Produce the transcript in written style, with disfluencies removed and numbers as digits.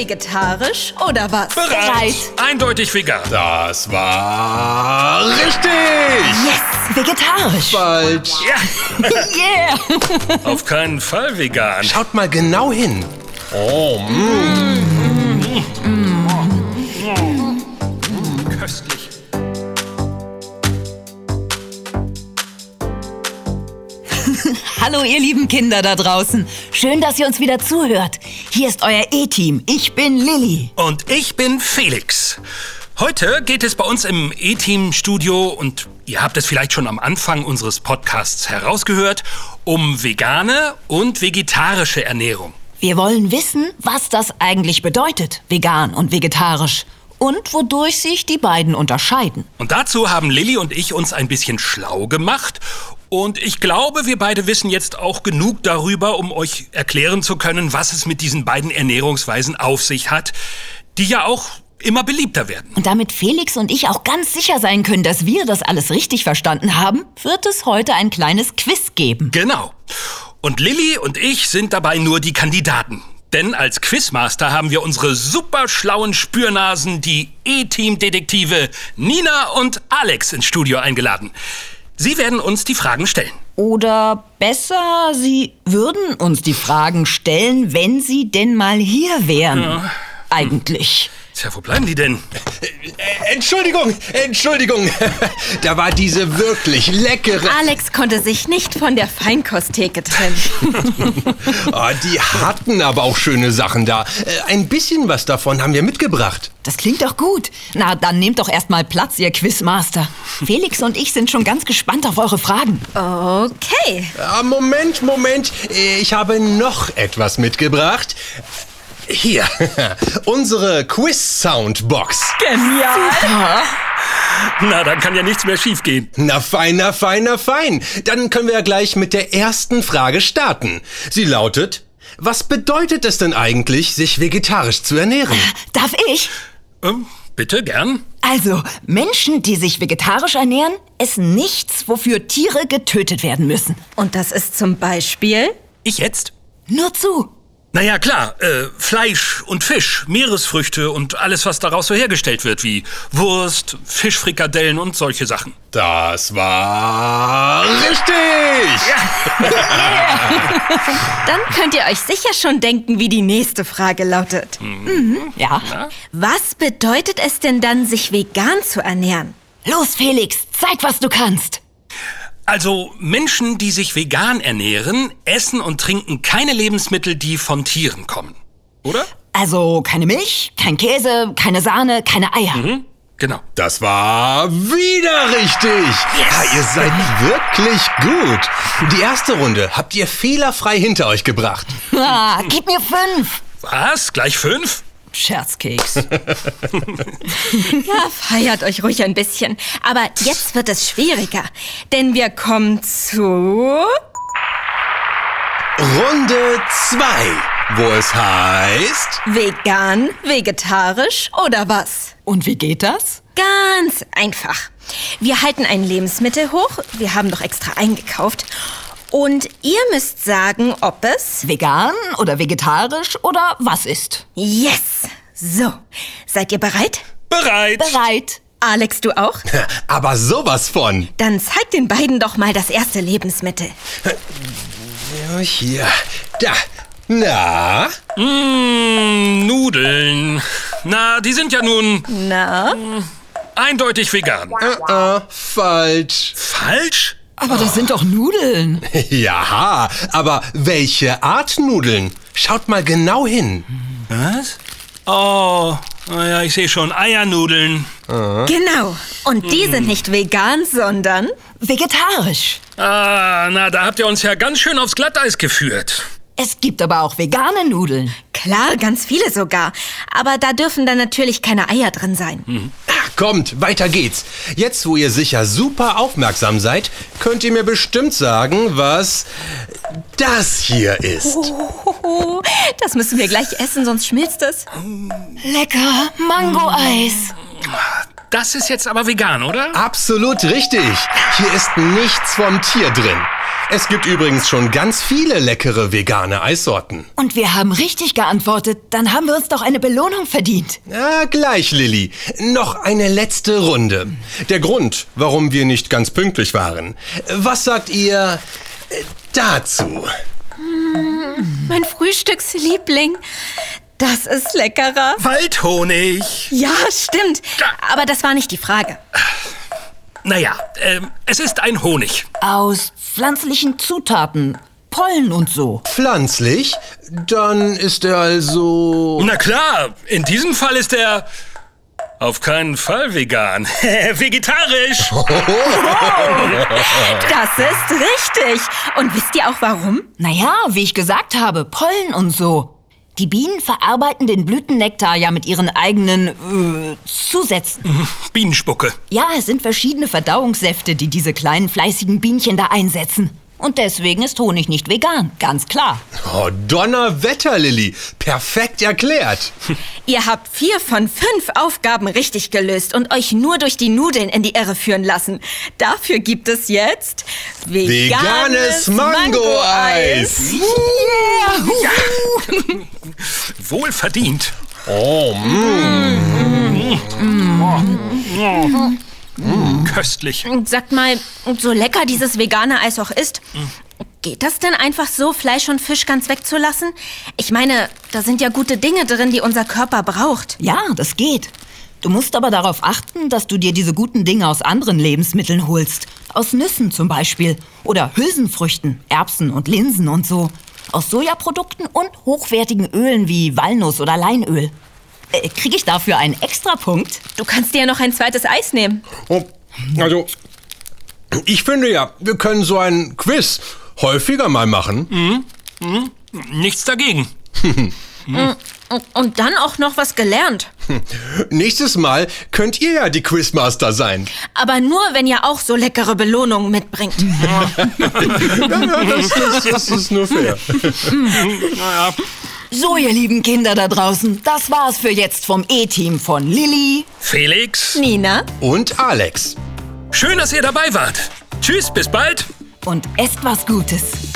vegetarisch oder was? Bereit. Eindeutig vegan. Das war richtig. Yes, vegetarisch. Falsch. Ja. Yeah. Auf keinen Fall vegan. Schaut mal genau hin. Oh, Köstlich. Hallo ihr lieben Kinder da draußen. Schön, dass ihr uns wieder zuhört. Hier ist euer E-Team. Ich bin Lilly. Und ich bin Felix. Heute geht es bei uns im E-Team-Studio, und ihr habt es vielleicht schon am Anfang unseres Podcasts herausgehört, um vegane und vegetarische Ernährung. Wir wollen wissen, was das eigentlich bedeutet, vegan und vegetarisch. Und wodurch sich die beiden unterscheiden. Und dazu haben Lilly und ich uns ein bisschen schlau gemacht. Und ich glaube, wir beide wissen jetzt auch genug darüber, um euch erklären zu können, was es mit diesen beiden Ernährungsweisen auf sich hat, die ja auch immer beliebter werden. Und damit Felix und ich auch ganz sicher sein können, dass wir das alles richtig verstanden haben, wird es heute ein kleines Quiz geben. Genau. Und Lilly und ich sind dabei nur die Kandidaten. Denn als Quizmaster haben wir unsere super schlauen Spürnasen, die E-Team-Detektive Nina und Alex, ins Studio eingeladen. Sie werden uns die Fragen stellen. Oder besser, sie würden uns die Fragen stellen, wenn sie denn mal hier wären. Ja. Eigentlich. Tja, wo bleiben die denn? Entschuldigung. Da war diese wirklich leckere... Alex konnte sich nicht von der Feinkosttheke trennen. Oh, die hatten aber auch schöne Sachen da. Ein bisschen was davon haben wir mitgebracht. Das klingt doch gut. Na, dann nehmt doch erst mal Platz, ihr Quizmaster. Felix und ich sind schon ganz gespannt auf eure Fragen. Okay. Moment. Ich habe noch etwas mitgebracht. Hier, unsere Quiz-Soundbox. Genial. Na, dann kann ja nichts mehr schiefgehen. Na fein. Dann können wir ja gleich mit der ersten Frage starten. Sie lautet: Was bedeutet es denn eigentlich, sich vegetarisch zu ernähren? Darf ich? Bitte, gern. Also, Menschen, die sich vegetarisch ernähren, essen nichts, wofür Tiere getötet werden müssen. Und das ist zum Beispiel? Ich jetzt? Nur zu. Naja, klar, Fleisch und Fisch, Meeresfrüchte und alles, was daraus so hergestellt wird, wie Wurst, Fischfrikadellen und solche Sachen. Das war richtig! Dann könnt ihr euch sicher schon denken, wie die nächste Frage lautet. Ja. Was bedeutet es denn dann, sich vegan zu ernähren? Los, Felix, zeig, was du kannst. Also Menschen, die sich vegan ernähren, essen und trinken keine Lebensmittel, die von Tieren kommen. Oder? Also keine Milch, kein Käse, keine Sahne, keine Eier. Genau. Das war wieder richtig! Ja, ihr seid wirklich gut. Die erste Runde habt ihr fehlerfrei hinter euch gebracht. Ah, gib mir 5. Was? Gleich 5? Scherzkeks. Ja, feiert euch ruhig ein bisschen. Aber jetzt wird es schwieriger. Denn wir kommen zu... Runde 2, wo es heißt... Vegan, vegetarisch oder was? Und wie geht das? Ganz einfach. Wir halten ein Lebensmittel hoch. Wir haben doch extra eingekauft. Und ihr müsst sagen, ob es... Vegan oder vegetarisch oder was ist? Yes! So, seid ihr bereit? Bereit. Bereit. Alex, du auch? Aber sowas von. Dann zeig den beiden doch mal das erste Lebensmittel. Ja, hier, da. Na? Nudeln. Na, die sind ja nun Na? eindeutig vegan. Falsch. Falsch? Aber das sind doch Nudeln. Ja, aber welche Art Nudeln? Schaut mal genau hin. Was? Oh, naja, ich sehe schon, Eiernudeln. Genau. Und die sind nicht vegan, sondern... Vegetarisch. Ah, na, da habt ihr uns ja ganz schön aufs Glatteis geführt. Es gibt aber auch vegane Nudeln. Klar, ganz viele sogar. Aber da dürfen dann natürlich keine Eier drin sein. Kommt, weiter geht's. Jetzt, wo ihr sicher super aufmerksam seid, könnt ihr mir bestimmt sagen, was das hier ist. Oh, das müssen wir gleich essen, sonst schmilzt es. Lecker, Mango-Eis. Das ist jetzt aber vegan, oder? Absolut richtig. Hier ist nichts vom Tier drin. Es gibt übrigens schon ganz viele leckere vegane Eissorten. Und wir haben richtig geantwortet. Dann haben wir uns doch eine Belohnung verdient. Ja, gleich, Lilly. Noch eine letzte Runde. Der Grund, warum wir nicht ganz pünktlich waren. Was sagt ihr dazu? Mein Frühstücksliebling. Das ist leckerer. Waldhonig. Ja, stimmt. Aber das war nicht die Frage. Naja, es ist ein Honig. Aus pflanzlichen Zutaten, Pollen und so. Pflanzlich? Dann ist er also... Na klar, in diesem Fall ist er auf keinen Fall vegan. Vegetarisch. Das ist richtig. Und wisst ihr auch warum? Naja, wie ich gesagt habe, Pollen und so. Die Bienen verarbeiten den Blütennektar ja mit ihren eigenen Zusätzen. Bienenspucke. Ja, es sind verschiedene Verdauungssäfte, die diese kleinen fleißigen Bienchen da einsetzen. Und deswegen ist Honig nicht vegan, ganz klar. Oh, Donnerwetter, Lilly. Perfekt erklärt. Ihr habt 4 von 5 Aufgaben richtig gelöst und euch nur durch die Nudeln in die Irre führen lassen. Dafür gibt es jetzt veganes Mango-Eis. Ja. Wohlverdient. Oh, Köstlich. Sagt mal, so lecker dieses vegane Eis auch ist, geht das denn einfach so, Fleisch und Fisch ganz wegzulassen? Ich meine, da sind ja gute Dinge drin, die unser Körper braucht. Ja, das geht. Du musst aber darauf achten, dass du dir diese guten Dinge aus anderen Lebensmitteln holst. Aus Nüssen zum Beispiel. Oder Hülsenfrüchten, Erbsen und Linsen und so. Aus Sojaprodukten und hochwertigen Ölen wie Walnuss oder Leinöl. Kriege ich dafür einen Extrapunkt? Du kannst dir ja noch ein zweites Eis nehmen. oh. Also, ich finde ja, wir können so ein Quiz häufiger mal machen. Nichts dagegen. Und dann auch noch was gelernt. Nächstes Mal könnt ihr ja die Quizmaster sein. Aber nur, wenn ihr auch so leckere Belohnungen mitbringt. Das ist nur fair. Naja. So, ihr lieben Kinder da draußen, das war's für jetzt vom E-Team von Lilly, Felix. Nina? Und Alex. Schön, dass ihr dabei wart. Tschüss, bis bald. und esst was Gutes.